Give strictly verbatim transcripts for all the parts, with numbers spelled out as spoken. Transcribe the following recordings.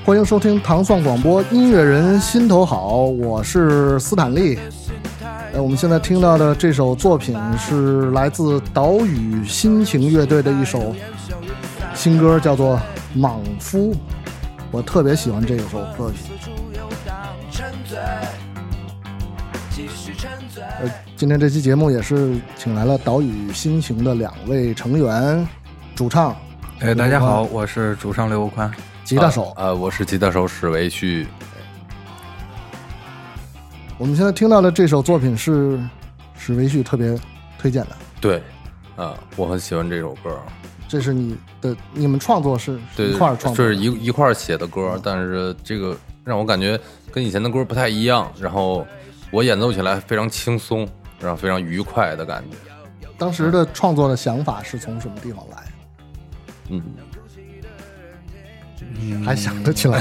欢迎收听糖蒜广播，音乐人心头好，我是斯坦利。呃，我们现在听到的这首作品是来自岛屿心情乐队的一首新歌，叫做《莽夫》。我特别喜欢这首歌曲。呃，今天这期节目也是请来了岛屿心情的两位成员，主唱。 哎，大家好，我是主唱刘国宽。 吉他手， 呃，我是吉他手史维旭。 我们现在听到的这首作品是史维旭特别推荐的。 对，啊、呃，我很喜欢这首歌。 这是你的，你们创作是一块儿创作的， 是一一块儿写的歌、嗯，但是这个让我感觉跟以前的歌不太一样，然后我演奏起来非常轻松，然后非常愉快的感觉。 当时的创作的想法是从什么地方来？ 嗯。 还想得起来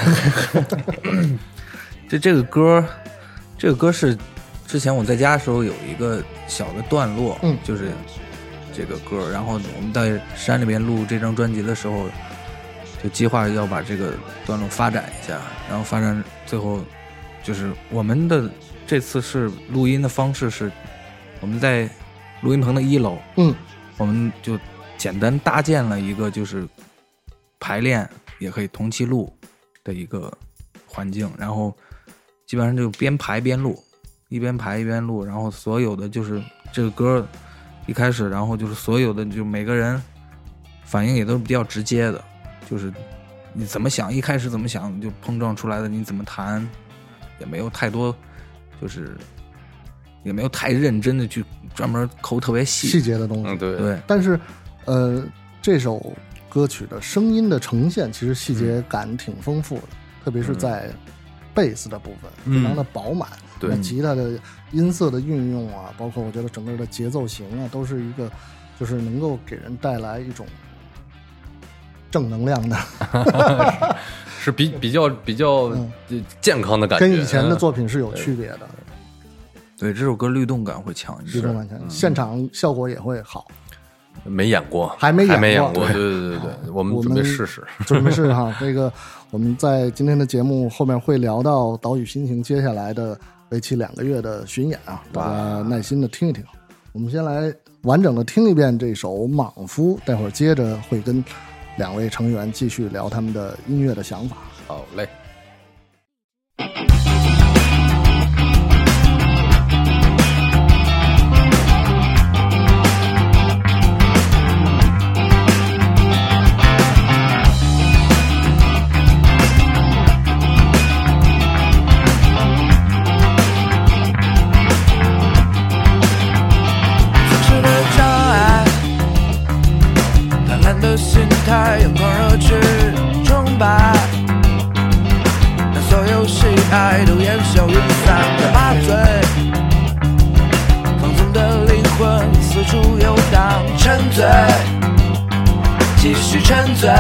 这这个歌这个歌是之前我在家的时候有一个小的段落， 嗯， 就是这个歌，然后我们在山里边录这张专辑的时候就计划要把这个段落发展一下，然后发展最后就是我们的这次是录音的方式是我们在录音棚的一楼， 嗯， 我们就简单搭建了一个就是排练也可以同期录的一个环境，然后基本上就边排边录，一边排一边录，然后所有的就是这个歌一开始，然后就是所有的就每个人反应也都是比较直接的，就是你怎么想，一开始怎么想就碰撞出来的，你怎么弹也没有太多，就是也没有太认真的去专门抠特别细细节的东西， 嗯，对对。 但是呃，这首歌曲的声音的呈现其实细节感挺丰富的、嗯、特别是在贝斯的部分、嗯、非常的饱满， 对， 那吉他的音色的运用啊，包括我觉得整个的节奏型啊，都是一个就是能够给人带来一种正能量的是, 是比比较比较健康的感觉， 跟以前的作品是有区别的、嗯、 对, 对，这首歌律动感会强一些， 律动感强、嗯、现场效果也会好。 没演过， 还没演过， 还没演过，对对对对，我们准备试试， 准备试试哈。这个我们在今天的节目后面会聊到岛屿心情接下来的为期两个月的巡演啊，大家耐心的听一听。我们先来完整的听一遍这首《莽夫》，待会儿接着会跟两位成员继续聊他们的音乐的想法。 好嘞。 心态用狂热去崇拜，但所有喜爱都烟消云散的麻醉，放纵的灵魂四处游荡，沉醉，继续沉醉。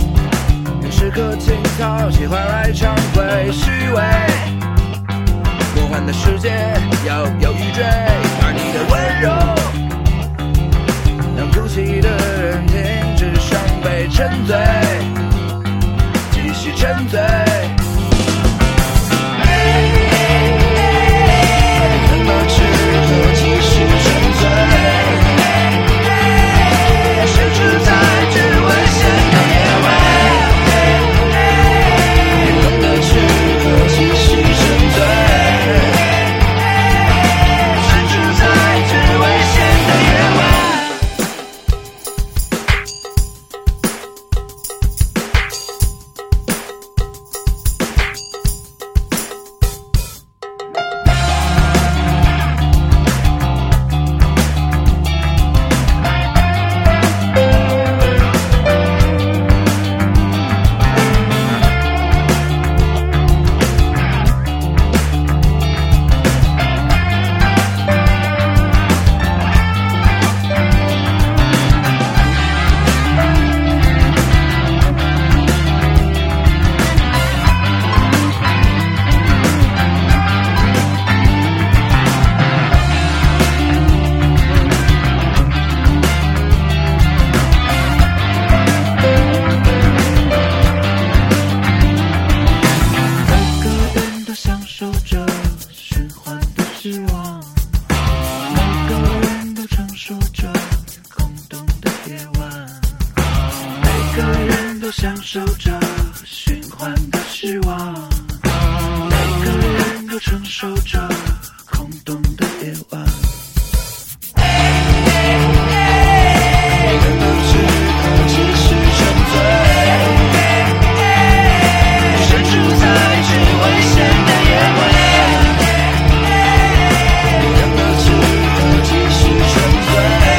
喜欢来常规虚伪， 受着循环的失望，每个人都承受着空洞的夜晚。人们只可继续沉醉，身处在最危险的夜晚。人们只可继续沉醉。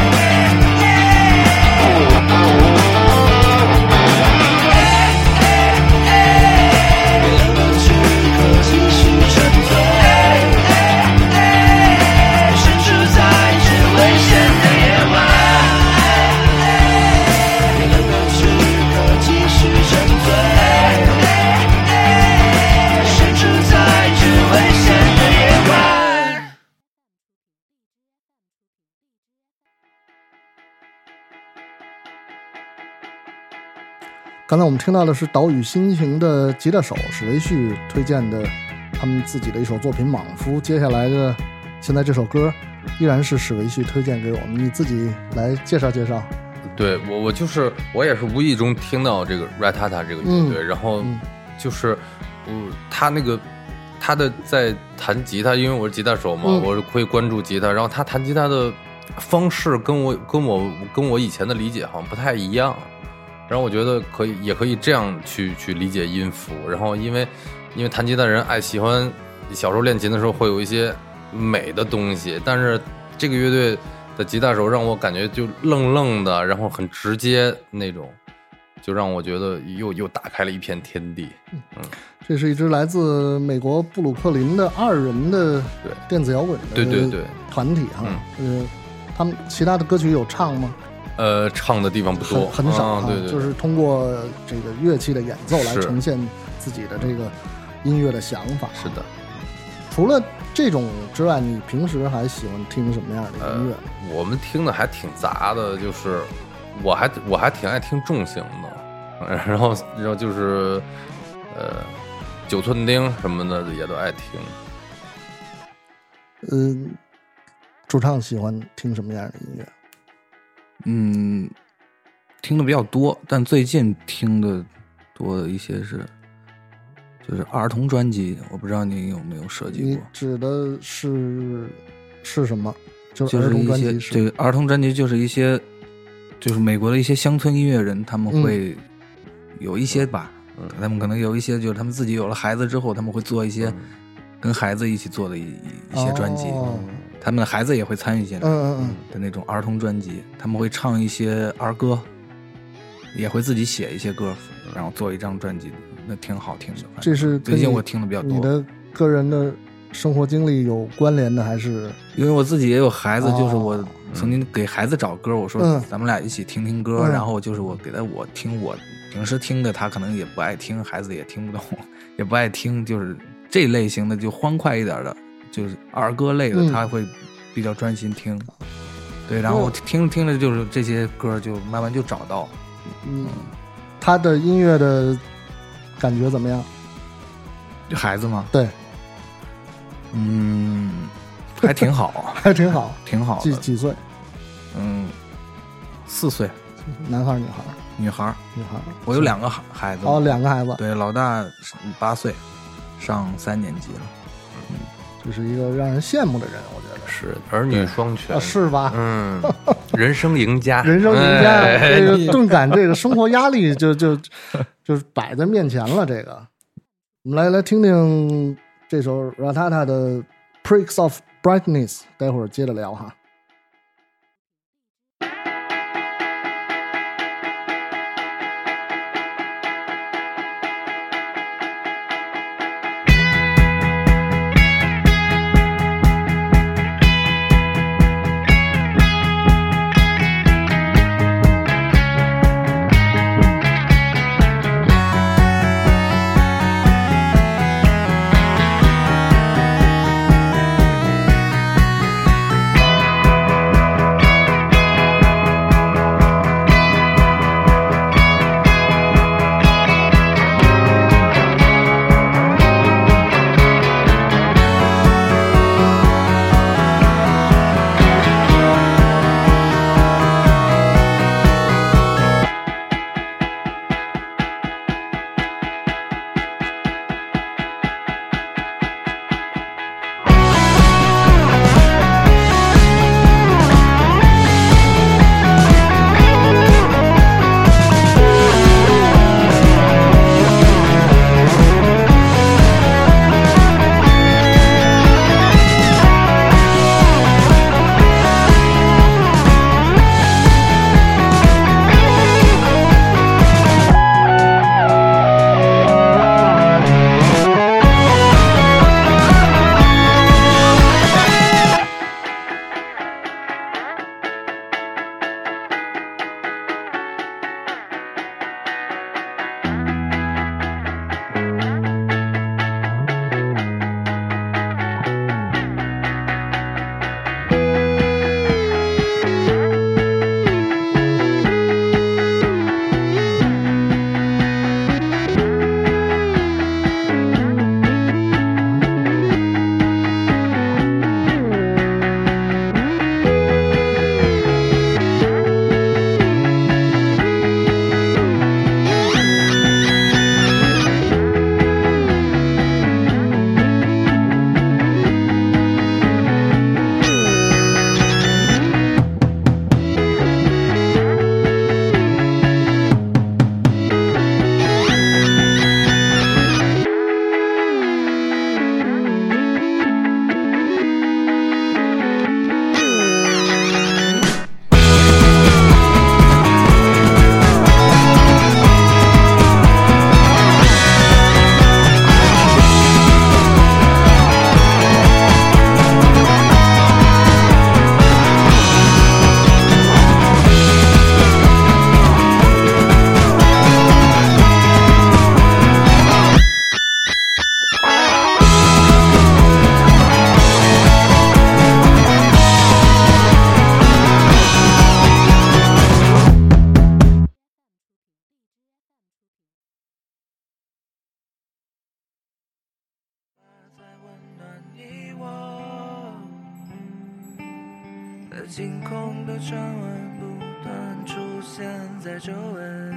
刚才我们听到的是岛屿心情的吉他手史维旭推荐的他们自己的一首作品《莽夫》。接下来的现在这首歌依然是史维旭推荐给我们，你自己来介绍介绍。 对，我我就是我也是无意中听到这个 Ratata 这个乐队、嗯、然后就是嗯他那个他的在弹吉他，因为我是吉他手嘛、嗯、我会关注吉他，然后他弹吉他的方式跟我跟我跟我以前的理解好像不太一样，然后我觉得可以，也可以这样去去理解音符。然后因为因为弹吉他人爱喜欢，小时候练琴的时候会有一些美的东西，但是这个乐队的吉他手让我感觉就愣愣的，然后很直接那种，就让我觉得又又打开了一片天地。嗯， 这是一支来自美国布鲁克林的二人的电子摇滚的对对对团体哈。嗯，呃，他们其他的歌曲有唱吗？ 呃，唱的地方不多， 很, 很少、啊啊，对对， 就是通过这个乐器的演奏来呈现自己的这个音乐的想法。 是的。 除了这种之外，你平时还喜欢听什么样的音乐、 呃、我们听的还挺杂的，就是我还我还挺爱听重型的，然后然后就是呃九寸钉什么的也都爱听。 嗯、呃，主唱喜欢听什么样的音乐？ 嗯，听的比较多，但最近听的多的一些是就是儿童专辑，我不知道你有没有涉及过。 你指的是是什么？ 就是儿童专辑是？对，儿童专辑就是一些就是美国的一些乡村音乐人，他们会有一些吧、嗯、他们可能有一些就是他们自己有了孩子之后，他们会做一些跟孩子一起做的一一些专辑、哦，他们的孩子也会参与进来的那种儿童专辑，他们会唱一些儿歌，也会自己写一些歌，然后做一张专辑，那挺好听的。 这是最近我听的比较多。 你的个人的生活经历有关联的，还是因为我自己也有孩子、哦、就是我曾经给孩子找歌，我说咱们俩一起听听歌、嗯、然后就是我给他我听我平时听的，他可能也不爱听，孩子也听不懂也不爱听，就是这类型的就欢快一点的，就是儿歌类的、嗯、他会比较专心听，对，然后听听着就是这些歌就慢慢就找到。 嗯，他的音乐的感觉怎么样？ 孩子吗？ 对， 嗯，还挺好还挺好挺好的。 几几岁？ 嗯，四岁。 男孩女孩？ 女孩。 女孩。 我有两个孩子。 哦，两个孩子。 对，老大八岁，上三年级了。 嗯，这是一个让人羡慕的人，我觉得是儿女双全、 啊，是吧？ 嗯，人生赢家， 人生赢家，哎、这个顿感这个生活压力就就就摆在面前了。这个，我们来来听听这首 Ratata 的 Pricks of Brightness， 待会儿接着聊哈。 在惊恐的传闻不断出现在周围。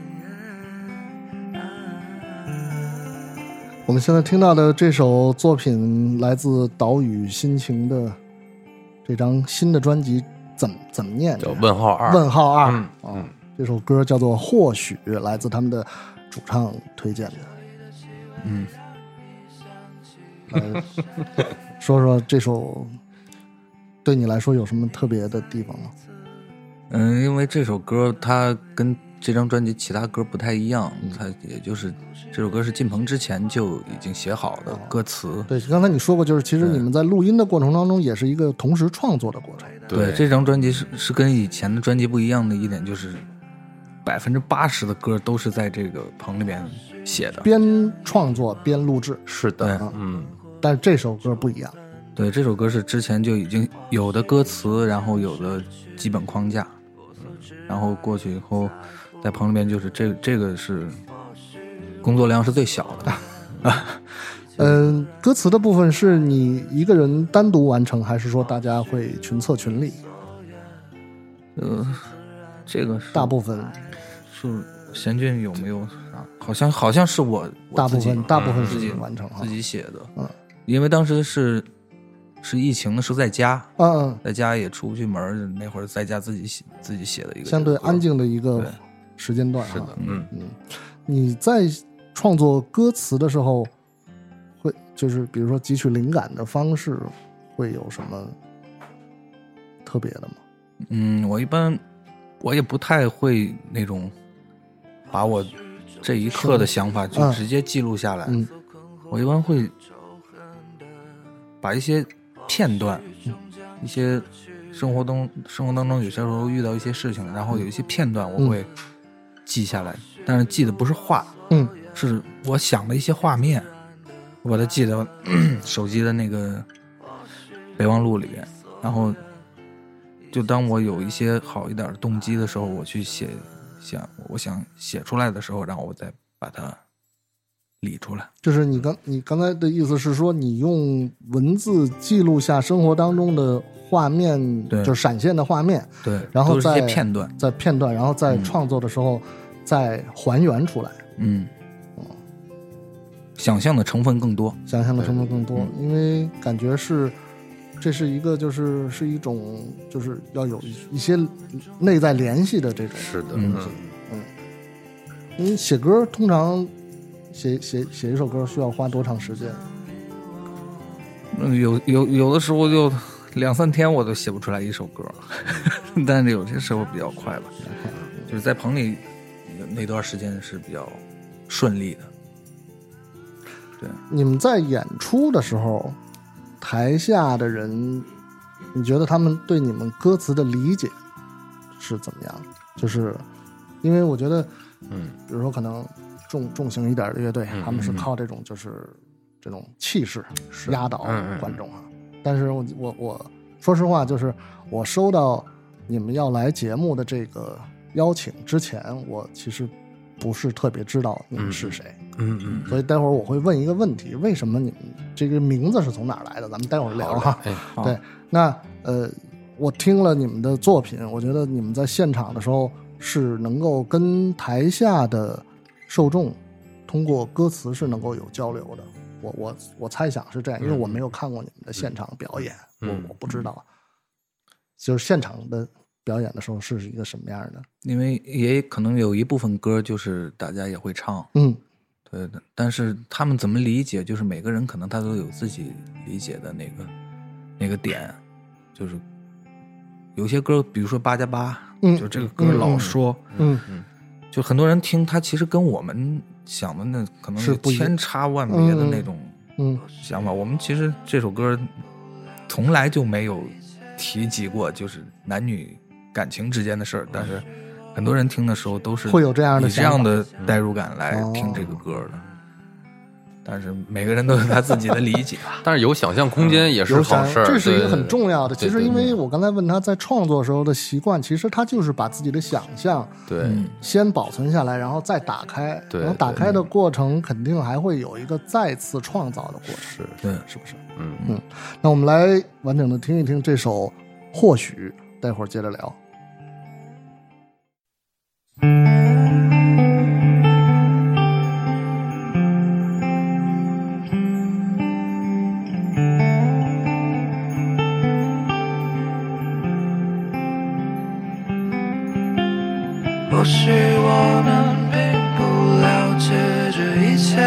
我们现在听到的这首作品来自岛屿心情的这张新的专辑，怎么怎么念？ 叫问号二。 问号二。 嗯嗯、 哦，这首歌叫做《或许》，来自他们的主唱推荐的。 嗯， 来说说这首对你来说有什么特别的地方吗？ 嗯，因为这首歌它跟这张专辑其他歌不太一样， 嗯、 它也就是这首歌是进棚之前就已经写好的歌词。哦、 对，刚才你说过，就是其实你们在录音的过程当中也是一个同时创作的过程。 对，对这张专辑是是跟以前的专辑不一样的一点，就是百分之八十的歌都是在这个棚里面写的， 边创作边录制。 是的， 嗯嗯。 但是这首歌不一样。 对，这首歌是之前就已经有的歌词，然后有的基本框架，然后过去以后在棚里面就是这这个是工作量是最小的。 嗯，歌词的部分是你一个人单独完成，还是说大家会群策群力？ 呃，这个是大部分是贤俊有没有啊？好像好像是我，我大部分大部分自己完成自己写的。 嗯， 因为当时是是疫情的时候在家， 嗯嗯， 在家也出不去门，那会儿在家自己写自己写的一个相对安静的一个时间段。 是的，嗯嗯。你在创作歌词的时候，会就是比如说汲取灵感的方式，会有什么特别的吗？ 嗯，我一般我也不太会那种把我这一刻的想法就直接记录下来。 嗯， 我一般会把一些片段，嗯、一些生活中生活当中有些时候遇到一些事情，然后有一些片段我会记下来，嗯、但是记的不是话， 嗯， 是我想的一些画面，我把它记到手机的那个备忘录里边，然后就当我有一些好一点的动机的时候，我去写想我想写出来的时候，然后我再把它理出来。 就是你刚你刚才的意思是说，你用文字记录下生活当中的画面， 对， 就是闪现的画面， 对， 然后在都是些片段， 在片段，然后在创作的时候、嗯、再还原出来。 嗯，哦，想象的成分更多， 想象的成分更多，嗯、因为感觉是。这是一个，就是是一种，就是要有一些内在联系的这种。 是的， 嗯嗯。你写歌通常写写写一首歌需要花多长时间？ 嗯，有有有的时候就两三天我都写不出来一首歌，但是有些时候比较快吧，就是在棚里那段时间是比较顺利的。对， 你们在演出的时候。台下的人，你觉得他们对你们歌词的理解是怎么样？就是因为我觉得， 嗯， 比如说可能重重型一点的乐队， 嗯、 他们是靠这种就是这种气势压倒观众啊。嗯、但是我我我说实话，就是我收到你们要来节目的这个邀请之前，我其实不是特别知道你们是谁。 嗯嗯， 所以待会儿我会问一个问题：为什么你们这个名字是从哪儿来的？咱们待会儿聊哈。 哎， 对，那呃，我听了你们的作品，我觉得你们在现场的时候是能够跟台下的受众通过歌词是能够有交流的。我我我猜想是这样，因为我没有看过你们的现场表演， 嗯、 我我不知道，就是现场的表演的时候是一个什么样的。 因为也可能有一部分歌就是大家也会唱， 嗯。 对的，但是他们怎么理解，就是每个人可能他都有自己理解的那个那个点，就是有些歌，比如说八加八， 嗯， 就这个歌老说， 嗯嗯，就很多人听他其实跟我们想的那可能是千差万别的那种想法。 嗯嗯、 我们其实这首歌从来就没有提及过，就是男女感情之间的事儿，但是。很多人听的时候都是会有这样的以这样的代入感来听这个歌的，哦、但是每个人都有他自己的理解。 但是有想象空间也是好事儿， 这是一个很重要的。 对对对其实，因为我刚才问他在创作时候的习惯，其实他就是把自己的想象对先保存下来，然后再打开。 对， 然后打开的过程肯定还会有一个再次创造的过程。 是， 对， 是不是？ 嗯嗯。那我们来完整的听一听这首《 或许待会儿接着聊。 或许我们并不了解这一切，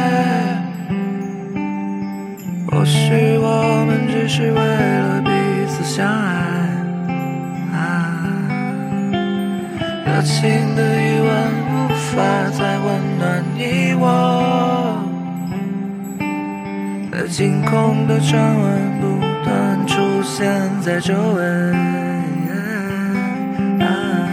或许我们只是为了彼此相爱，啊，热情的余温无法再温暖你我，那惊恐的传闻不断出现在周围，啊，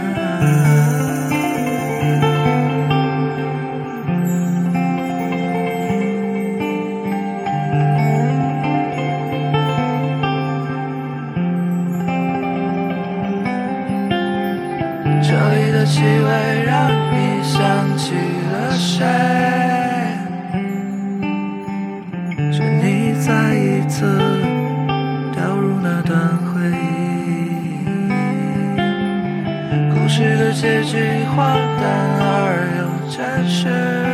这里的气味让你想起了谁？是你再一次掉入那段回忆，故事的结局荒诞而又真实，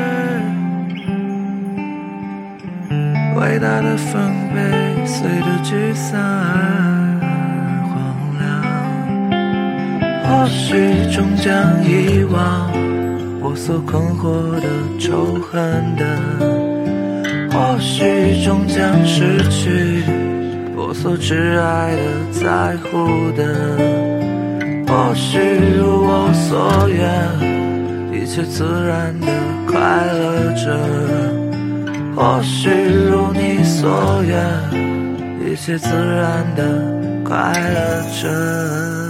伟大的丰碑随着聚散而荒凉，或许终将遗忘我所困惑的仇恨的，或许终将失去我所挚爱的在乎的，或许如我所愿一切自然的快乐着，或许如你所愿一切自然的快乐着。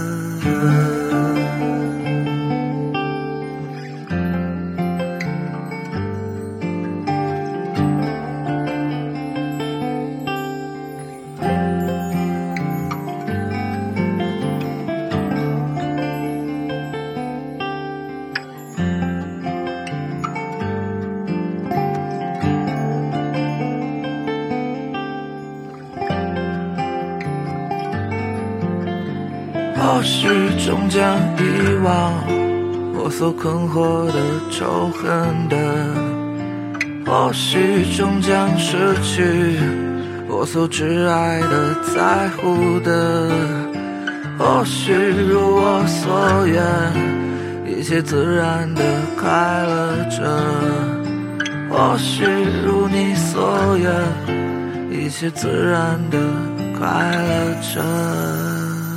或许终将遗忘我所困惑的仇恨的，或许终将失去我所挚爱的在乎的，或许如我所愿一切自然的快乐着，或许如你所愿一切自然的快乐着。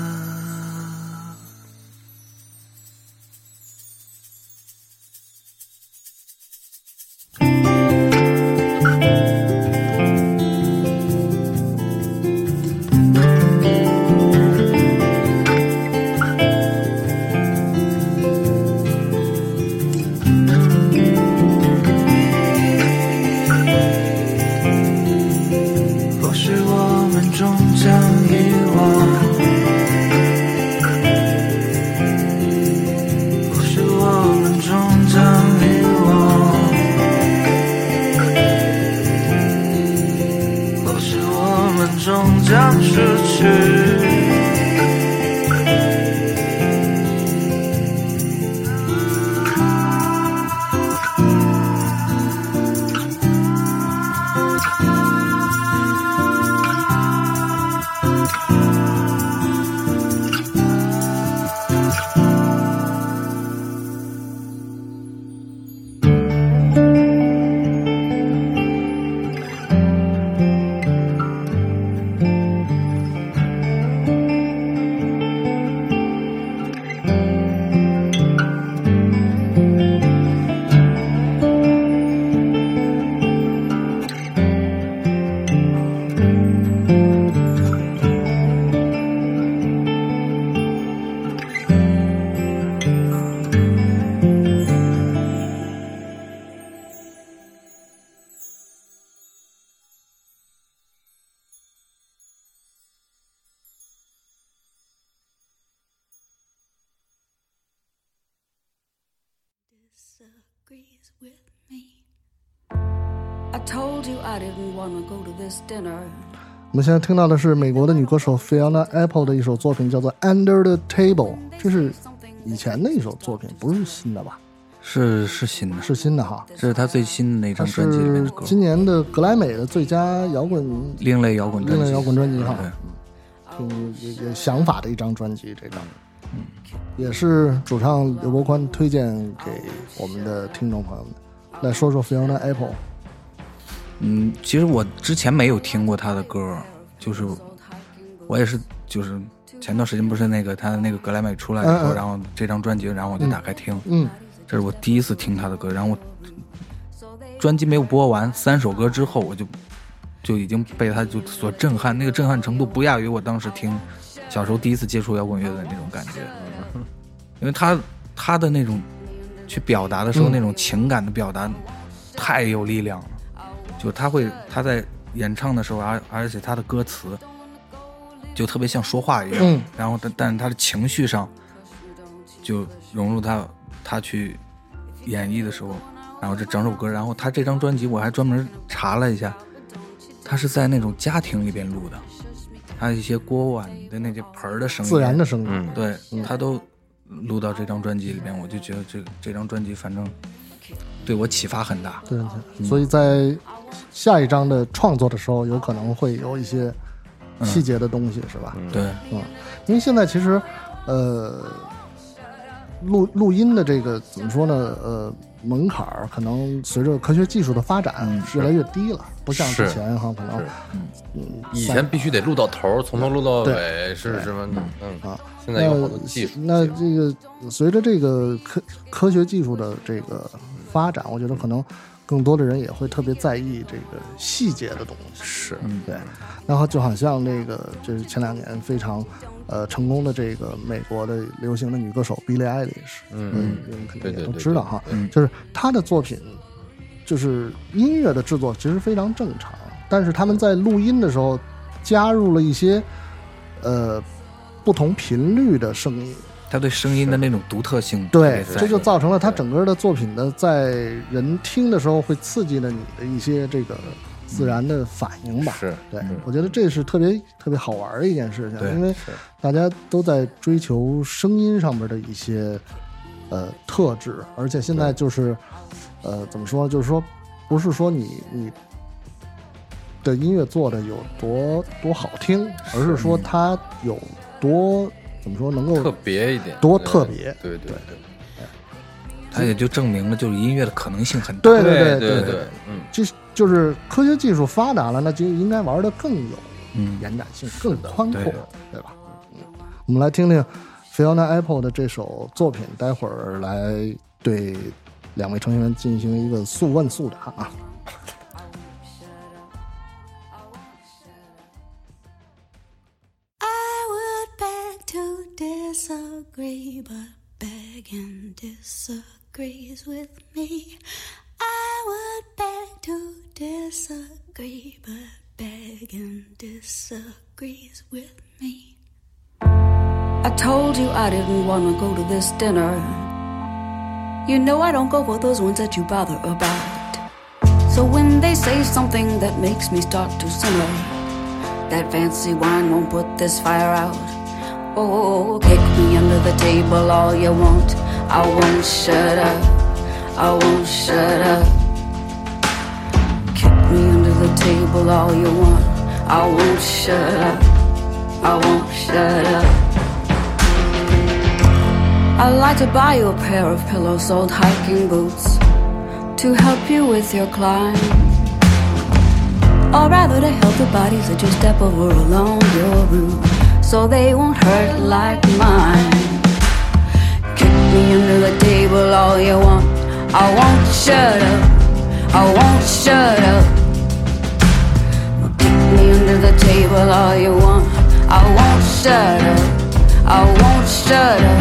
Disagrees with me. I told you I didn't want to go to this dinner. 我们现在听到的是美国的女歌手 Fiona Apple 的一首作品，叫做 Under the Table。这是以前的一首作品，不是新的吧？ 是是新的， 是新的哈。 这是她最新的那张专辑里面的歌。 今年的格莱美的最佳摇滚另类摇滚专辑， 另类摇滚专辑哈。 对， 挺有想法的一张专辑，这张。嗯，也是主唱刘伯宽推荐给我们的听众朋友们。来说说 Fiona Apple。 嗯，其实我之前没有听过他的歌，就是我也是就是前段时间不是那个他的那个格莱美出来以后，嗯嗯然后这张专辑，然后我就打开听， 嗯， 这是我第一次听他的歌，然后我专辑没有播完三首歌之后，我就就已经被他就所震撼，那个震撼程度不亚于我当时听小时候第一次接触摇滚乐的那种感觉，因为他他的那种去表达的时候，嗯、那种情感的表达太有力量了。就他会他在演唱的时候，而而且他的歌词就特别像说话一样， 嗯、 然后但但是他的情绪上就融入他他去演绎的时候，然后这整首歌，然后他这张专辑我还专门查了一下，他是在那种家庭里边录的，他一些锅碗的那些盆的声音， 自然的声音， 嗯，对、嗯、他都录到这张专辑里边，我就觉得这这张专辑反正对我启发很大。 对，所以在下一章的创作的时候，有可能会有一些细节的东西，嗯、是吧？ 对， 嗯，因为现在其实，呃，录录音的这个怎么说呢？呃，门槛儿可能随着科学技术的发展、嗯、越来越低了，不像之前哈，可能嗯，以前必须得录到头，从头录到尾，是什么？嗯啊，现在有好多技术。 那这个随着这个科科学技术的这个发展，我觉得可能更多的人也会特别在意这个细节的东西。 是， 嗯，对。然后就好像那个，就是前两年非常呃成功的这个美国的流行的女歌手 Billie Eilish， 嗯， 你们肯定也都知道哈， 嗯， 就是她的作品，就是音乐的制作其实非常正常，但是他们在录音的时候加入了一些呃不同频率的声音。 他对声音的那种独特性， 对，这就造成了他整个的作品的在人听的时候会刺激了你的一些这个自然的反应吧。 是， 对，我觉得这是特别特别好玩的一件事情， 对， 因为大家都在追求声音上面的一些呃特质，而且现在就是呃怎么说，就是说不是说你你的音乐做的有多多好听，而是说它有多。怎么说能够特别一点， 多特别？ 对对对， 它也就证明了，就是音乐的可能性很大。 对对对对对，嗯， 就就是科学技术发达了，那就应该玩的更有嗯延展性，更宽阔， 对, 对吧？嗯，我们来听听 Fiona Apple 的这首作品，待会儿来对两位成员进行一个速问速答啊。 Disagree, but begging disagrees with me. I would beg to disagree, but begging disagrees with me. I told you I didn't want to go to this dinner. You know I don't go for those ones that you bother about. So when they say something that makes me start to simmer, that fancy wine won't put this fire out.Oh, kick me under the table all you want. I won't shut up. I won't shut up. Kick me under the table all you want. I won't shut up. I won't shut up. I'd like to buy you a pair of pillow-soled hiking boots to help you with your climb, or rather to help the bodies that you step over along your route.So they won't hurt like mine. Kick me under the table all you want. I won't shut up. I won't shut up. Kick me under the table all you want. I won't shut up. I won't shut up.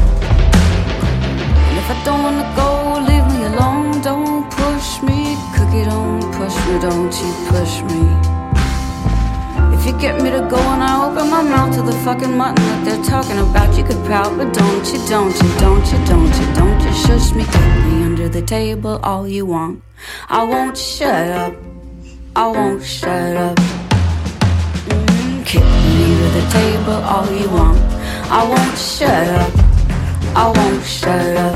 And if I don't wanna go, leave me alone. Don't push me, cookie, don't push me, don't you push me.If you get me to go and I open my mouth to the fucking mutton that they're talking about, you could pout, but don't you, don't you, don't you, don't you, don't you shush me, kick me under the table all you want. I won't shut up, I won't shut up. Kick me under the table all you want. I won't shut up. I won't shut up.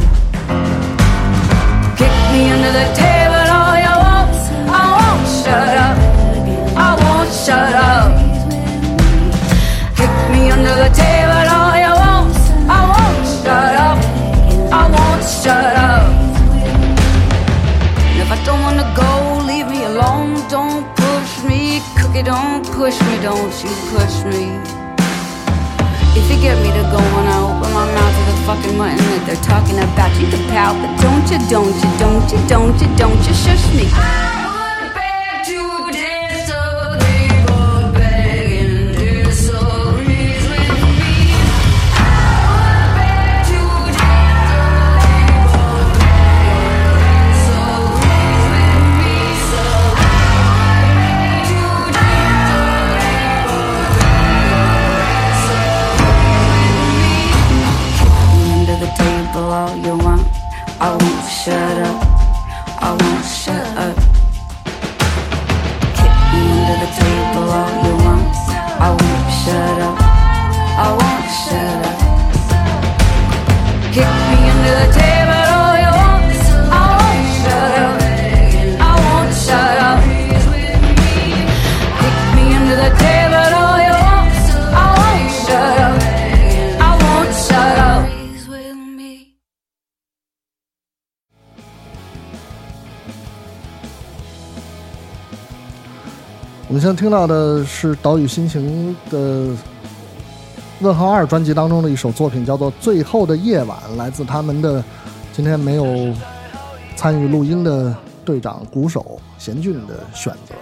Kick me under the table all you want. I won't shut up. I won't shut up. Kick me under the table all you want. I won't shut up. I won't shut up. And if I don't wanna go, leave me alone. Don't push me, cookie, don't push me, don't you push me. If you get me to go when I open my mouth to the fucking mutton that they're talking about, you can pout, but don't you, don't you, don't you, don't you, don't you shush me. I would beg to disagree, but begging disagrees with me. I would beg to disagree, but begging disagrees with me. So I would beg to disagree, but begging under the table all you want. I won't shut up. I won't shut up. Kick me under the table all you want. I won't shut up. I won't shut up. Kick me under the table all you want. I won't shut up. I won't shut up. Kick me under the table all you want. I won't shut up. I won't shut up. 我们现在听到的是岛屿心情的问号二专辑当中的一首作品，叫做《最后的夜晚》，来自他们的今天没有参与录音的队长鼓手贤俊的选择。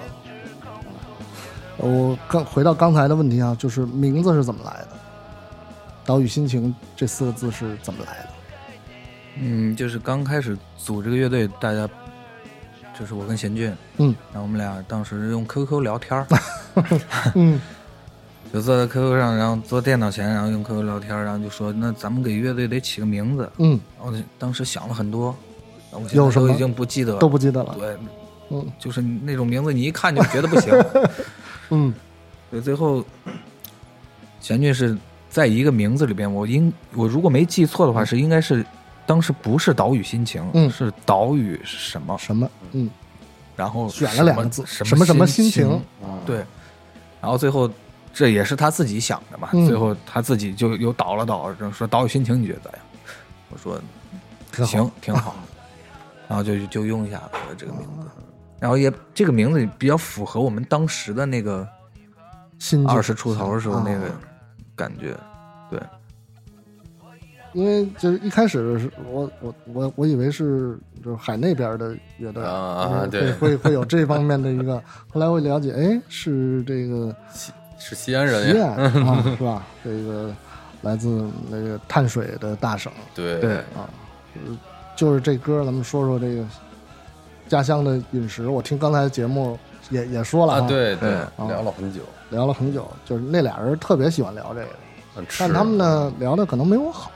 我刚回到刚才的问题啊，就是名字是怎么来的？岛屿心情这四个字是怎么来的？ 嗯，就是刚开始组这个乐队，大家就是我跟贤俊， 嗯， 然后我们俩当时用 Q Q 聊天嗯， 就坐在 Q Q 上，然后坐电脑前，然后用 Q Q 聊天，然后就说那咱们给乐队得起个名字， 嗯， 然后当时想了很多，我现有什么在都已经不记得了， 都不记得了， 对， 嗯， 就是那种名字你一看就觉得不行， 嗯， 对，最后贤俊是在一个名字里边，我应我如果没记错的话，是应该是当时不是岛屿心情， 嗯， 是岛屿什么什么，嗯， 然后选了两个字， 什么什么什么心情， 情， 对，然后最后这也是他自己想的嘛， 嗯、 最后他自己就又倒了倒，说岛屿心情你觉得咋样？我说行，挺好，然后就就用下来了这个名字，然后也这个名字比较符合我们当时的那个二十出头的时候那个感觉，对。 因为就是一开始是我我我我以为是就是海那边的乐队啊，对， 会会会有这方面的一个，后来我了解，哎，是这个是西安人， 西安啊，是吧？这个来自那个碳水的大省， 对对啊，就是这歌，咱们说说这个家乡的饮食。我听刚才的节目也也说了啊，对对， 啊、 聊了很久， 聊了很久，就是那俩人特别喜欢聊这个。但但他们呢聊的可能没我好。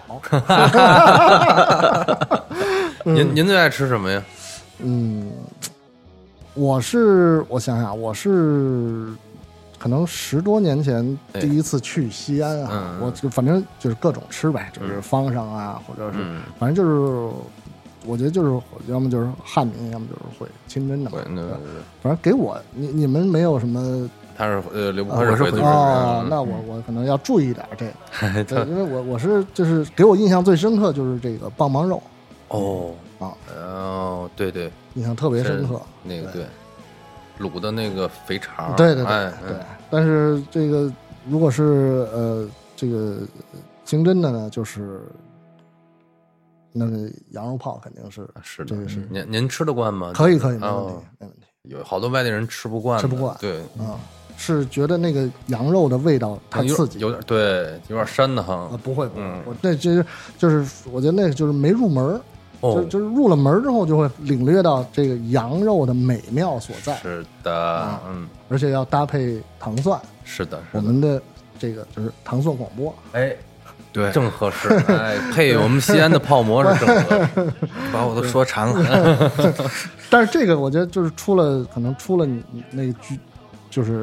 您您最爱吃什么呀？ 嗯，我是我想想，我是可能十多年前第一次去西安啊， 嗯、 我就反正就是各种吃呗，就是方上啊，或者是、 嗯、 反正就是我觉得就是要么就是汉民，要么就是会清真的嘛。 对对对， 反正给我你你们没有什么。 他是呃刘伯是回族哦，那我我可能要注意点这个，对，因为我我是就是给我印象最深刻就是这个棒棒肉， 哦啊哦对对， 印象特别深刻， 那个对卤的那个肥肠， 对对对、 哎、 对，但是这个如果是呃这个清真的呢，就是那个羊肉泡肯定是是的， 这个是您您吃得惯吗？ 可以可以，没问题、 哦、 没问题。 有好多外地人吃不惯， 吃不惯， 对， 啊、嗯，是觉得那个羊肉的味道太刺激， 有点对，有点膻的哈。 啊，不会，不会， 嗯、 我那这就是我觉得那个就是没入门， 哦， 就就是入了门之后就会领略到这个羊肉的美妙所在。 是的，嗯， 而且要搭配糖蒜， 是的， 我们的这个就是糖蒜广播， 哎。 对， 正合适，哎，配我们西安的泡馍是正合适， 把我都说馋了。 但是这个我觉得就是出了，可能出了你那句，就是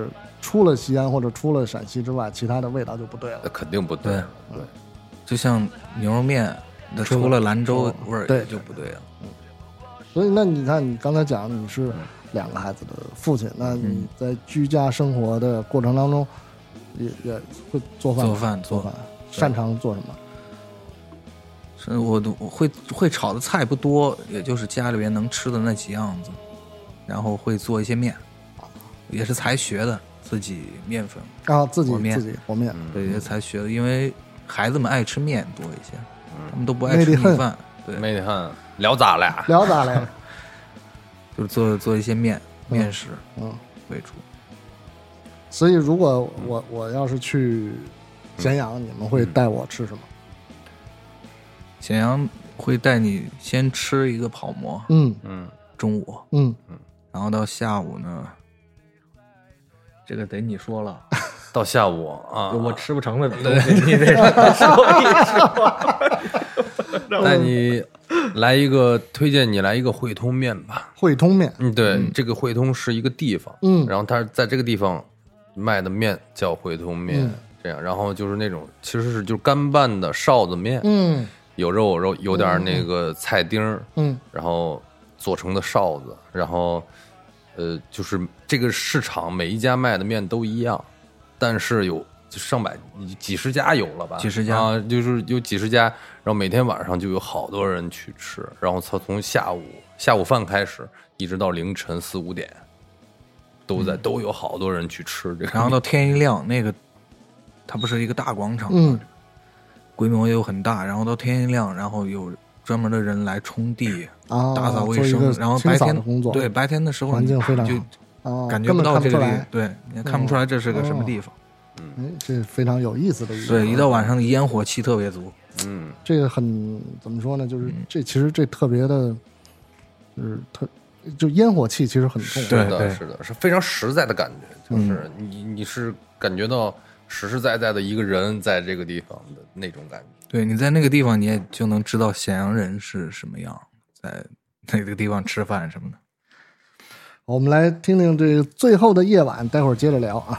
出了西安或者出了陕西之外，其他的味道就不对了。 那肯定不对。 对，就像牛肉面，那除了兰州味儿对就不对了。 所以那你看，你刚才讲你是两个孩子的父亲，那你在居家生活的过程当中，也也会做饭吗， 做饭做饭，擅长做什么？ 是我都我会会炒的菜不多，也就是家里边能吃的那几样子，然后会做一些面，也是才学的，自己面粉啊，自己和面自己和面， 对，也才学的，因为孩子们爱吃面多一些，他们都不爱吃米饭，对， 没得看聊咋了？ 聊咋嘞？ 就是做做一些面面食， 嗯为主。 所以如果我我要是去咸阳，你们会带我吃什么？ 咸阳会带你先吃一个泡馍， 嗯嗯， 中午， 嗯， 然后到下午呢，这个得你说了， 到下午啊， 我吃不成的东西，你得说一说。 那你来一个，推荐你来一个汇通面吧。 汇通面， 嗯，对，这个汇通是一个地方， 嗯然后它在这个地方卖的面叫汇通面， 嗯这样，然后就是那种其实是就是干拌的臊子面， 嗯有肉有肉，有点那个菜丁儿， 嗯然后做成的臊子，然后呃，就是这个市场每一家卖的面都一样，但是有就上百几十家有了吧？ 几十家啊，就是有几十家，然后每天晚上就有好多人去吃，然后从从下午下午饭开始，一直到凌晨四五点，都在、嗯、都有好多人去吃这个。 然后到天一亮，那个它不是一个大广场， 嗯， 规模又很大，然后到天一亮，然后有专门的人来冲地、 啊、 打扫卫生，然后白天工作， 对白天的时候环境非常就好， 感觉不到这个地方， 哦、 对，你看不出来这是个什么地方。 嗯哎，这非常有意思的一个， 对，一到晚上烟火气特别足。 嗯， 这个很怎么说呢？就是这其实这特别的，就是特就烟火气其实很重， 是的，是的，是非常实在的感觉，就是你你是感觉到实实在在的一个人在这个地方的那种感觉。 对，你在那个地方，你也就能知道咸阳人是什么样，在那个地方吃饭什么的。 我们来听听这个最后的夜晚，待会儿接着聊啊。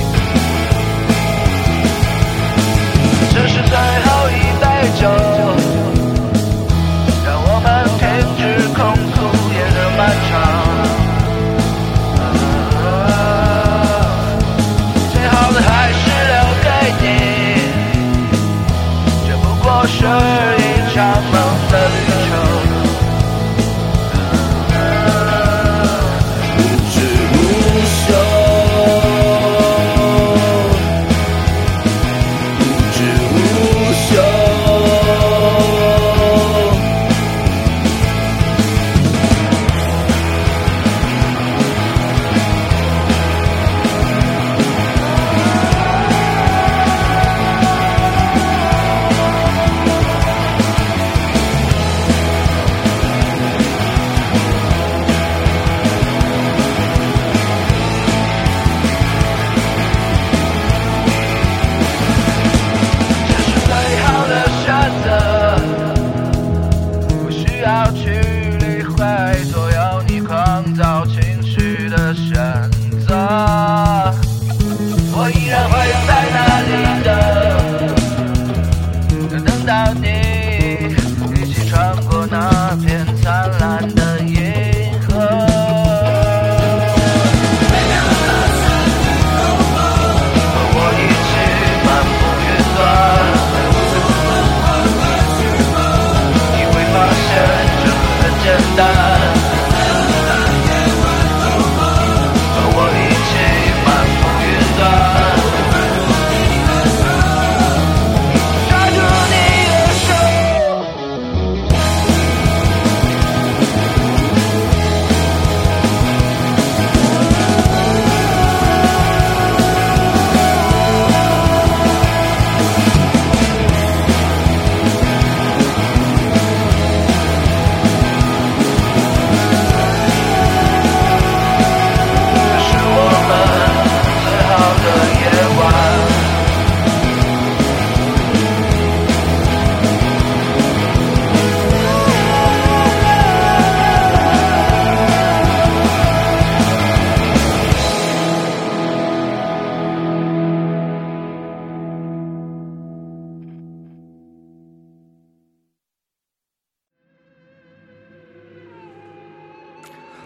这是最后一杯酒。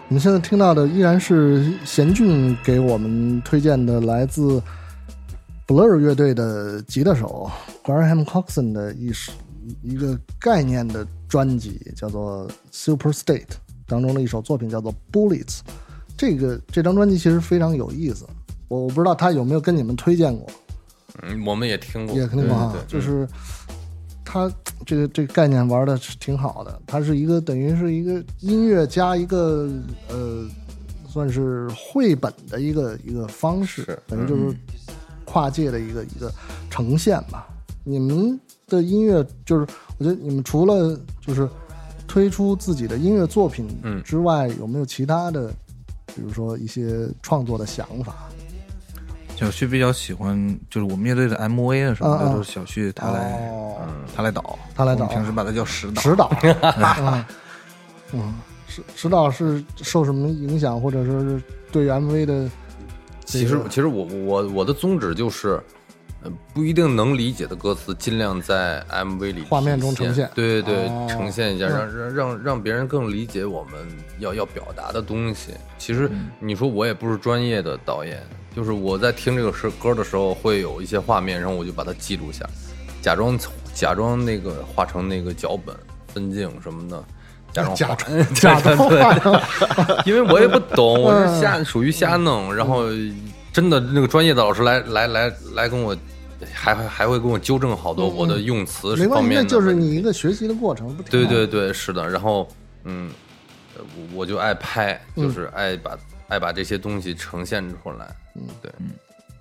我们现在听到的依然是贤俊给我们推荐的来自 Blur 乐队的吉他手 Graham Coxon 的一一个概念的专辑，叫做 Super State 当中的一首作品叫做 Bullets。 这个这张专辑其实非常有意思，我我不知道他有没有跟你们推荐过。 嗯，我们也听过， 也听过啊，就是他这个这个概念玩的挺好的，它是一个等于是一个音乐加一个呃，算是绘本的一个一个方式，等于就是跨界的一个一个呈现吧。你们的音乐就是，我觉得你们除了就是推出自己的音乐作品之外，有没有其他的，比如说一些创作的想法？ 小旭比较喜欢，就是我们乐队的 M V 啊什么的，嗯、都是小旭他来，哦、嗯，他来导， 他来导。 平时把它叫石导。 石导，嗯，嗯，石石导是受什么影响，或者说是对 M V 的、这个？ 其实，其实我我我的宗旨就是，呃，不一定能理解的歌词，尽量在 M V 里画面中呈现。 对对对， 哦、 呈现一下，让让让让别人更理解我们要要表达的东西。其实你说我也不是专业的导演。就是我在听这个歌的时候，会有一些画面，然后我就把它记录下，假装假装那个画成那个脚本分镜什么的，假装假装假装对，因为我也不懂，我是瞎属于瞎弄，然后真的那个专业的老师来来来来跟我，还还会跟我纠正好多我的用词没关系，那方面的， 就是你一个学习的过程，不挺好？ 对对对，是的。然后嗯，我就爱拍，就是爱把。爱把这些东西呈现出来，嗯，对，嗯，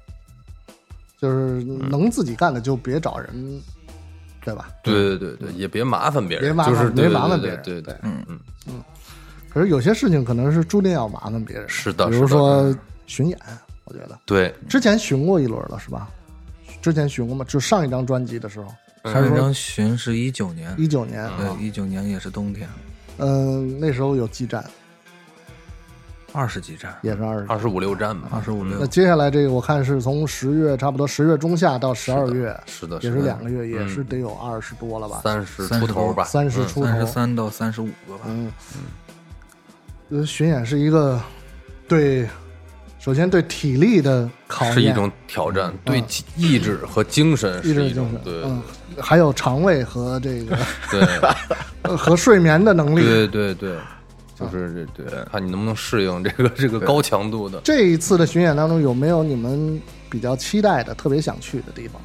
就是能自己干的就别找人，对吧？ 对对对对，也别麻烦别人， 别麻烦， 就是别麻烦别人， 对对对， 嗯嗯嗯。可是有些事情可能是注定要麻烦别人， 是的， 比如说巡演，我觉得对， 之前巡过一轮了，是吧？之前巡过吗？就上一张专辑的时候， 上一张巡是一九年， 一九年， 对，一九年也是冬天， 嗯，那时候有激战。 二十几站， 也是二十二十五六站吧， 二十五六。 那接下来这个我看是从十月差不多十月中下到十二月， 是的， 也是两个月，也是得有二十多了吧， 三十出头吧， 三十出头， 三十三到三十五个吧。 嗯嗯，巡演是一个对，首先对体力的考验是一种挑战，对意志和精神是一种，对， 嗯，还有肠胃和这个对和睡眠的能力， 对对对。就是对，看你能不能适应这个这个高强度的。 这一次的巡演当中，有没有你们比较期待的、特别想去的地方？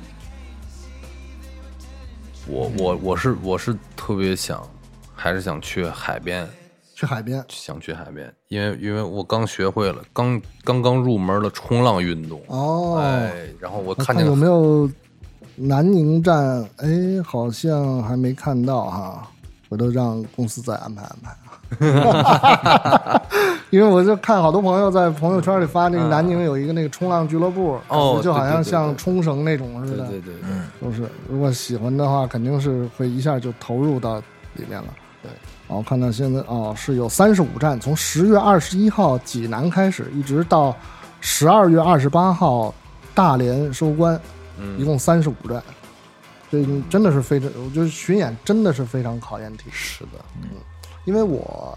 我我我是我是特别想，还是想去海边。 去海边， 想去海边，因为因为我刚学会了，刚刚刚入门的冲浪运动。 哦， 哎，然后我看见有没有南宁站？哎，好像还没看到哈，回头让公司再安排安排。因为我就看好多朋友在朋友圈里发那个南宁有一个那个冲浪俱乐部， 哦， 就好像像冲绳那种似的， 对对对， 嗯，都是。如果喜欢的话，肯定是会一下就投入到里面了。 对， 然后看到现在哦是有三十五站，从十月二十一号济南开始，一直到十二月二十八号大连收官， 嗯， 一共三十五站。这真的是非常，我觉得巡演真的是非常考验体力。 是的， 嗯。因为我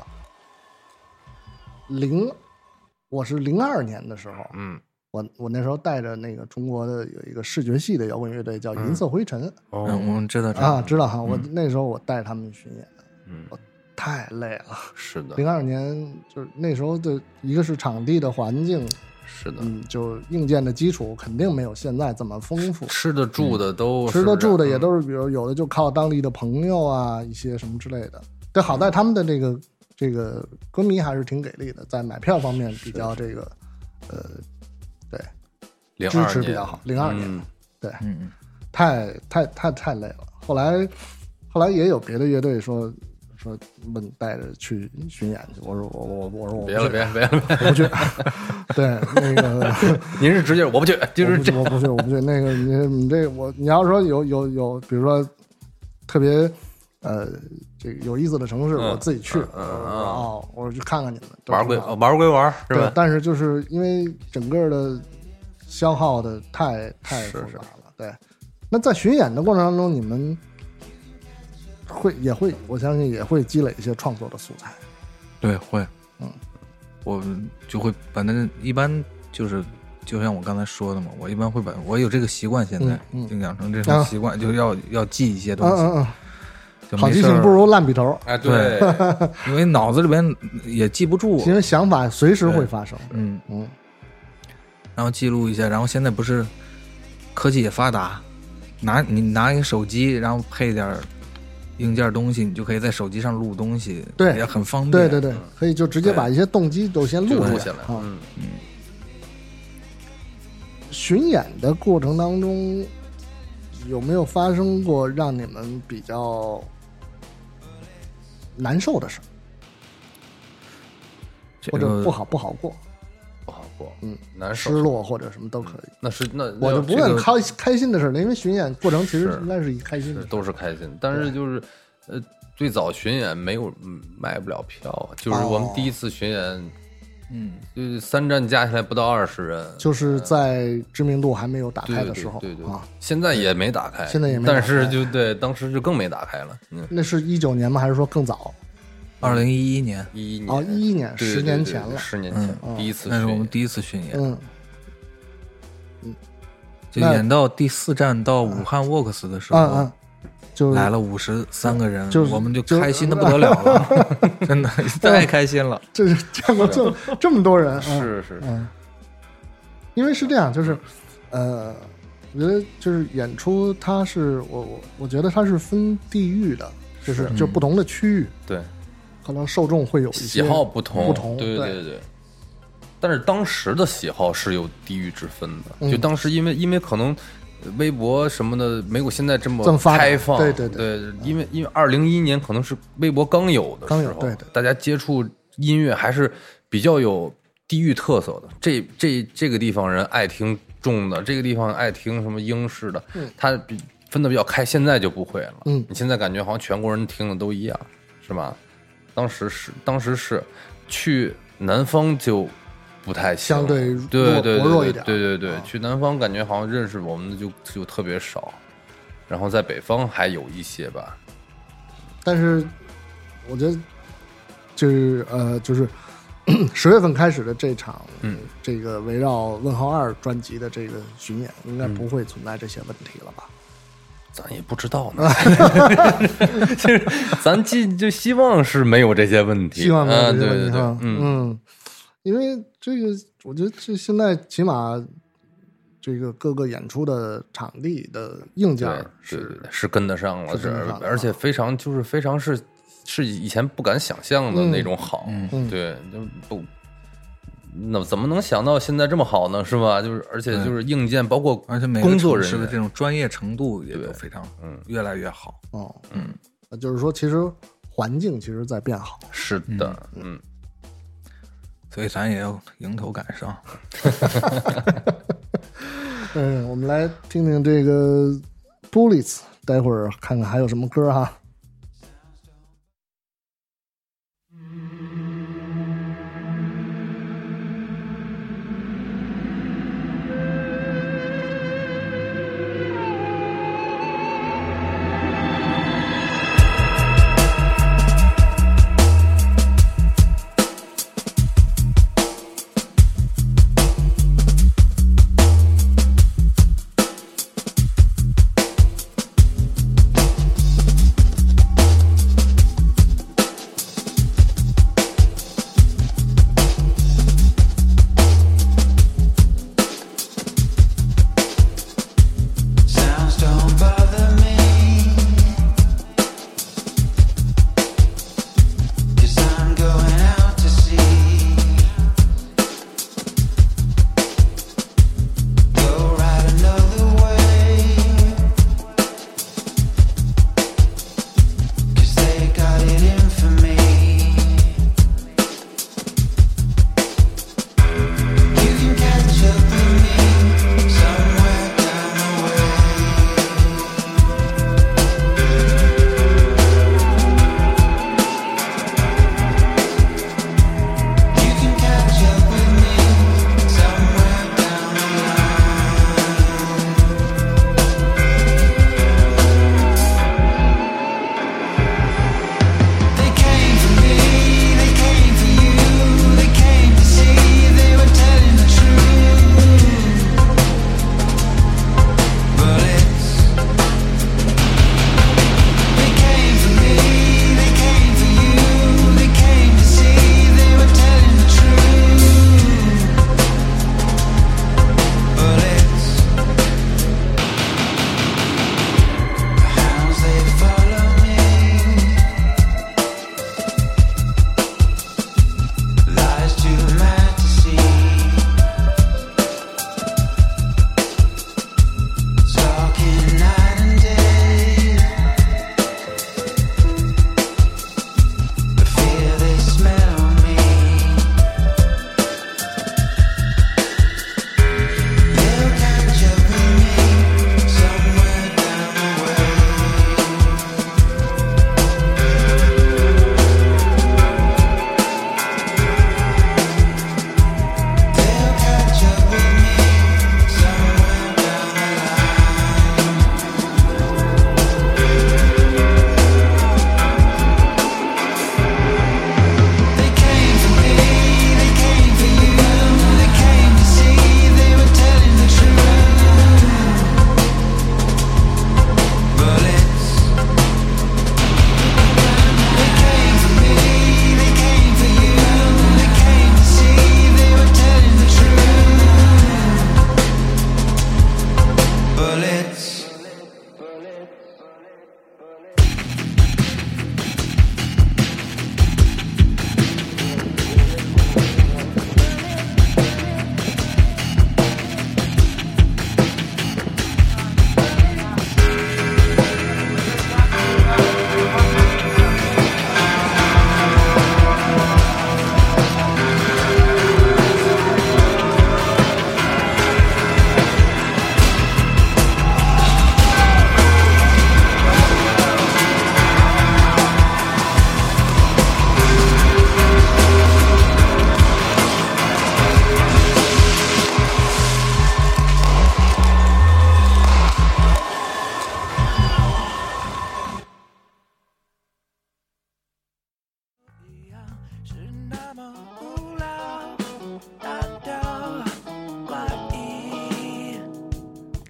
零，我是零二年的时候， 嗯， 我我那时候带着那个中国的有一个视觉系的摇滚乐队叫银色灰尘， 哦，我们知道啊，知道哈，我那时候我带着他们巡演， 嗯， 我太累了， 是的， 零二年就是那时候的一个是场地的环境。 是的， 嗯，就硬件的基础肯定没有现在这么丰富， 吃的住的都、 嗯、吃的住的也都是，比如有的就靠当地的朋友啊，一些什么之类的。对，好在他们的这个这个歌迷还是挺给力的，在买票方面比较这个呃，对，支持比较好。零二年， 嗯、 对， 嗯嗯， 太太太太累了。后来后来也有别的乐队说。说问带着去巡演去，我说我我我说我别了别别了， 我不去。对，那个您是直接我不去，就是我不去我不去。那个你你这我你要说有有有，比如说特别呃这个有意思的城市， 嗯、 我自己去。 嗯哦，我说去看看你们玩归玩归玩，是吧？ 但是就是因为整个的消耗的太太复杂了。对，那在巡演的过程当中，你们。会也会，我相信也会积累一些创作的素材。 对，会， 嗯， 我就会把那一般就是就像我刚才说的嘛，我一般会把我有这个习惯，现在、嗯嗯、就养成这种习惯、啊，就要要记一些东西。 嗯嗯嗯，好记性不如烂笔头。 哎，对， 因为脑子里边也记不住， 因为想法随时会发生。 嗯嗯，然后记录一下，然后现在不是科技也发达，拿你拿一个手机，然后配点硬件东西，你就可以在手机上录东西， 对， 也很方便。 对对对，可以就直接把一些动机都先录下来。 啊、 嗯嗯。 巡演的过程当中，有没有发生过让你们比较难受的事、 这个、或者不好不好过？ 不好过， 嗯， 难受、 失落或者什么都可以。 嗯、那是那我就不问开、这个、开心的事了，因为巡演过程其实应该是以开心的事， 都是开心。但是就是呃，最早巡演没有卖不了票，就是我们第一次巡演。哦嗯，就是三站加起来不到二十人， 就是在知名度还没有打开的时候， 对 对, 对, 对啊， 现在也没打开， 现在也没打开， 但是就对，当时就更没打开了。嗯， 那是一九年吗？还是说更早？ 二零一一年， 一一年哦，一一年，十年前了， 十年前、 嗯、 第一次， 那是我们第一次巡演， 嗯嗯， 就演到第四站到武汉 Works 的时候， 嗯嗯。就来了五十三个人， 就我们就开心的不得了了，真的太开心了。 这是见过这这么多人， 是是， 嗯，因为是这样，就是，呃，我觉得就是演出，它是我我我觉得它是分地域的，就是就不同的区域， 对， 可能受众会有一些喜好不同， 不同， 对对对对。但是当时的喜好是有地域之分的， 嗯、 就当时因为因为可能。微博什么的没有现在这么开放， 对对对, 对，因为因为二零一一年可能是微博刚有的时候， 对对， 大家接触音乐还是比较有地域特色的。这这这个地方人爱听重的，这个地方爱听什么英式的， 嗯， 他分的比较开。现在就不会了， 嗯， 你现在感觉好像全国人听的都一样，是吧？当时是当时是去南方就。不太相对对对薄弱一点， 对对对，去南方感觉好像认识我们的就就特别少，然后在北方还有一些吧。 但是我觉得就是呃就是十月份开始的这场， 嗯， 这个围绕问号二专辑的这个巡演，应该不会存在这些问题了吧？ 嗯、咱也不知道呢，就是咱就就希望是没有这些问题， 希望没有这些问题， 啊、对对对， 嗯。嗯因为这个，我觉得这现在起码这个各个演出的场地的硬件是对对对是跟得上了， 是而且非常就是非常是是以前不敢想象的那种好， 嗯， 对，就不那怎么能想到现在这么好呢？是吧？就是而且就是硬件，包括而且每个工作人员的这种专业程度也都非常嗯越来越好。 哦， 嗯， 就是说，其实环境其实在变好。 是的，嗯。 所以咱也要迎头赶上。 嗯，我们来听听这个 Bullets， 待会儿看看还有什么歌哈。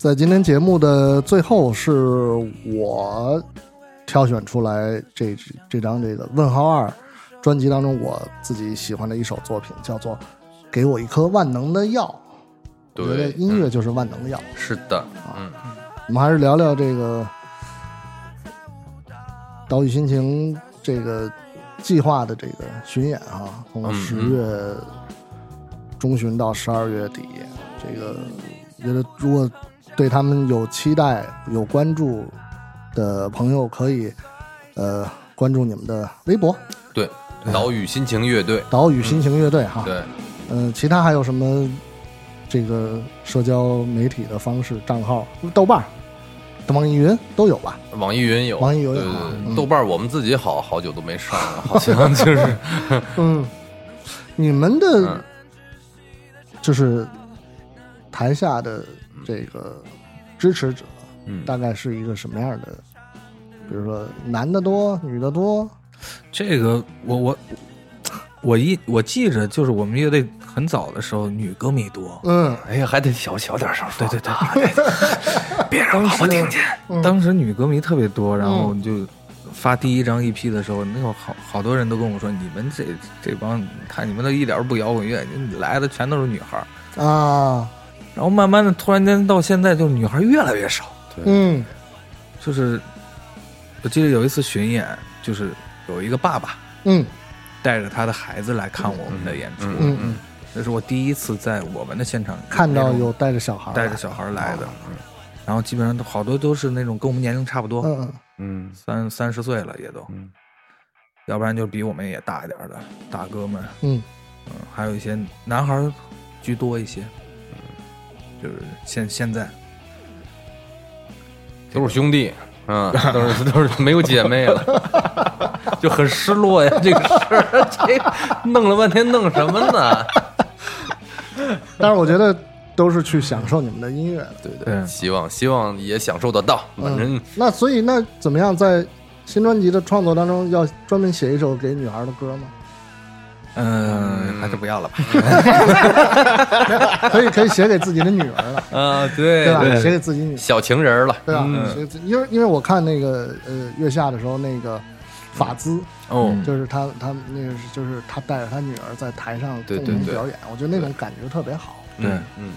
在今天节目的最后，是我挑选出来这这张这个问号二专辑当中我自己喜欢的一首作品，叫做《给我一颗万能的药》。我觉得音乐就是万能的药。 嗯、是的，嗯， 我们还是聊聊这个岛屿心情这个计划的这个巡演啊，从十月中旬到十二月底，这个觉得如果对他们有期待、有关注的朋友，可以呃关注你们的微博， 对，岛屿心情乐队， 岛屿心情乐队哈， 对， 嗯、呃，其他还有什么这个社交媒体的方式账号？豆瓣、网易云都有吧？ 网易云有， 网易云有， 对对对， 嗯、 豆瓣我们自己好好久都没上了，好像就是， 嗯，你们的，就是台下的这个支持者， 嗯， 大概是一个什么样的？比如说男的多，女的多？ 这个我我我一我记着，就是我们乐队很早的时候，女歌迷多。 嗯， 哎呀，还得小小点声说， 对对对，别让老婆听见。 嗯、 当时女歌迷特别多，然后就发第一张 E P 的时候，那会儿好好多人都跟我说，你们这这帮看你们都一点不摇滚乐，来的全都是女孩啊。 然后慢慢的，突然间到现在，就女孩越来越少。 嗯， 就是我记得有一次巡演，就是有一个爸爸， 嗯， 带着他的孩子来看我们的演出， 嗯嗯， 这是我第一次在我们的现场看到有带着小孩带着小孩来的，嗯，然后基本上都好多都是那种跟我们年龄差不多， 嗯嗯，三三十岁了也都， 嗯， 要不然就比我们也大一点的大哥们， 嗯嗯，还有一些男孩居多一些，嗯，就是现现在都是兄弟。嗯，都是都是没有姐妹了，就很失落呀。这个事儿，这个弄了半天弄什么呢？ 但是我觉得都是去享受你们的音乐， 对对，对希望希望也享受得到。反正、 嗯、那所以那怎么样，在新专辑的创作当中，要专门写一首给女孩的歌吗？ 嗯，还是不要了吧。 可以可以写给自己的女儿了啊，对对吧？对写给自己女儿小情人了， 对吧？ 嗯、 因为因为我看那个呃月下的时候，那个法兹哦， 就是他他那个就是他带着他女儿在台上共同表演，我觉得那种感觉特别好。 对， 嗯。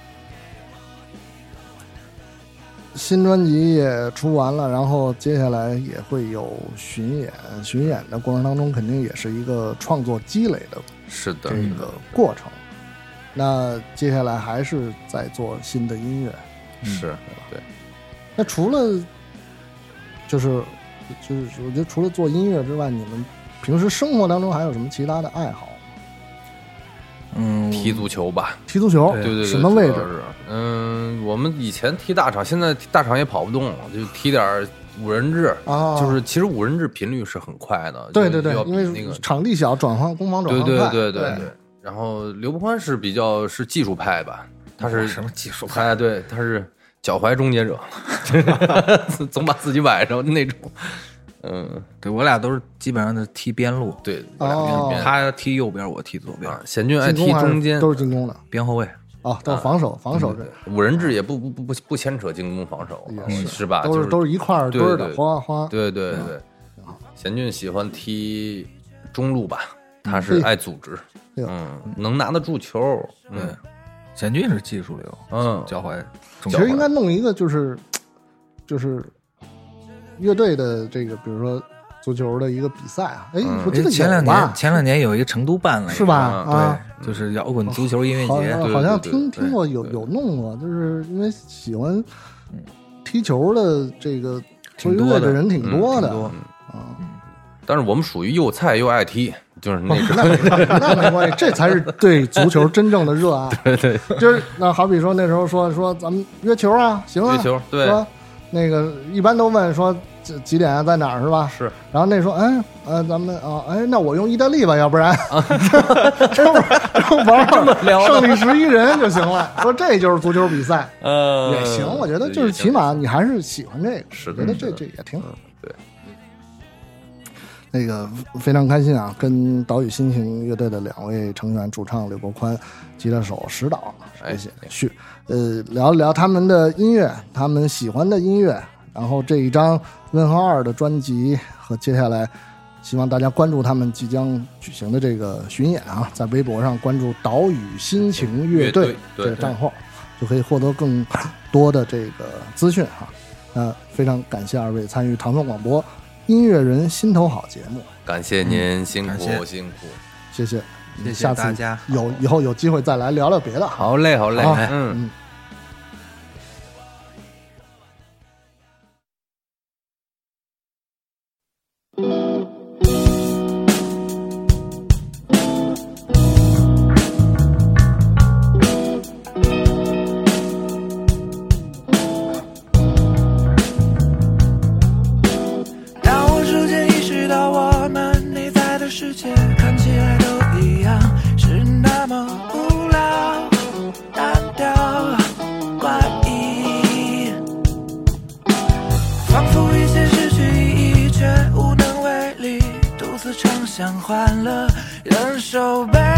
新专辑也出完了，然后接下来也会有巡演。巡演的过程当中，肯定也是一个创作积累的， 是的， 这个过程。那接下来还是在做新的音乐， 是对。 那除了就是就是我觉得除了做音乐之外，你们平时生活当中还有什么其他的爱好？ 嗯， 踢足球吧， 踢足球， 对对对， 什么位置？ 嗯，我们以前踢大场，现在大场也跑不动了，就踢点五人制啊。 就是其实五人制频率是很快的， 对对对， 因为那个场地小，转换攻防转换快。 对对对对对。然后刘伯欢是比较是技术派吧，他是什么技术派？ 哎，对，他是脚踝终结者，总把自己崴着那种。嗯， 对我俩都是基本上是踢边路， 对， 哦， 他踢右边，我踢左边。 啊、贤俊爱踢中间， 都是进攻的， 边后卫。 哦，都是防守，啊、防守这、 嗯、五人制也不不不不不牵扯进攻防守， 是是吧？ 都是、 就是、 都是一块儿堆的，哗哗。 对对对对，贤俊喜欢踢中路吧，他是爱组织，嗯，能拿得住球。 对，贤俊是技术流， 嗯， 脚踝。 其实应该弄一个就是就是乐队的这个，比如说。足球的一个比赛啊，哎，我记得前两年前两年有一个成都办了， 是吧？啊， 对，就是摇滚足球音乐节， 好像听听过有有弄过，就是因为喜欢踢球的这个做乐队的人挺多的啊。 但是我们属于又菜又爱踢，就是那种那没关系，这才是对足球真正的热爱。 对对， 就是那好比说那时候说说咱们约球啊，行啊， 约球对， 说那个一般都问说。几点啊？在哪儿是吧？ 是。 然后那说，哎，呃，咱们啊，哎，那我用意大利吧，要不然，啊、这不玩这么聊，胜利十一人就行了。说这就是足球比赛， 呃， 也行。我觉得就是起码你还是喜欢这个， 是觉得这这也挺好。 对。 那个非常开心啊，跟岛屿心情乐队的两位成员，主唱柳国宽，吉他手石导，谢谢去呃聊一聊他们的音乐，他们喜欢的音乐，然后这一张问号二的专辑和接下来希望大家关注他们即将举行的这个巡演啊，在微博上关注岛屿心情乐队这个账号，就可以获得更多的这个资讯哈。那非常感谢二位参与唐宋广播音乐人心头好节目， 感谢您，辛苦辛苦， 谢谢， 谢谢下次大家， 有以后有机会再来聊聊别的。 好嘞，好嘞， 好嗯。 嗯。 唱响欢乐，人手背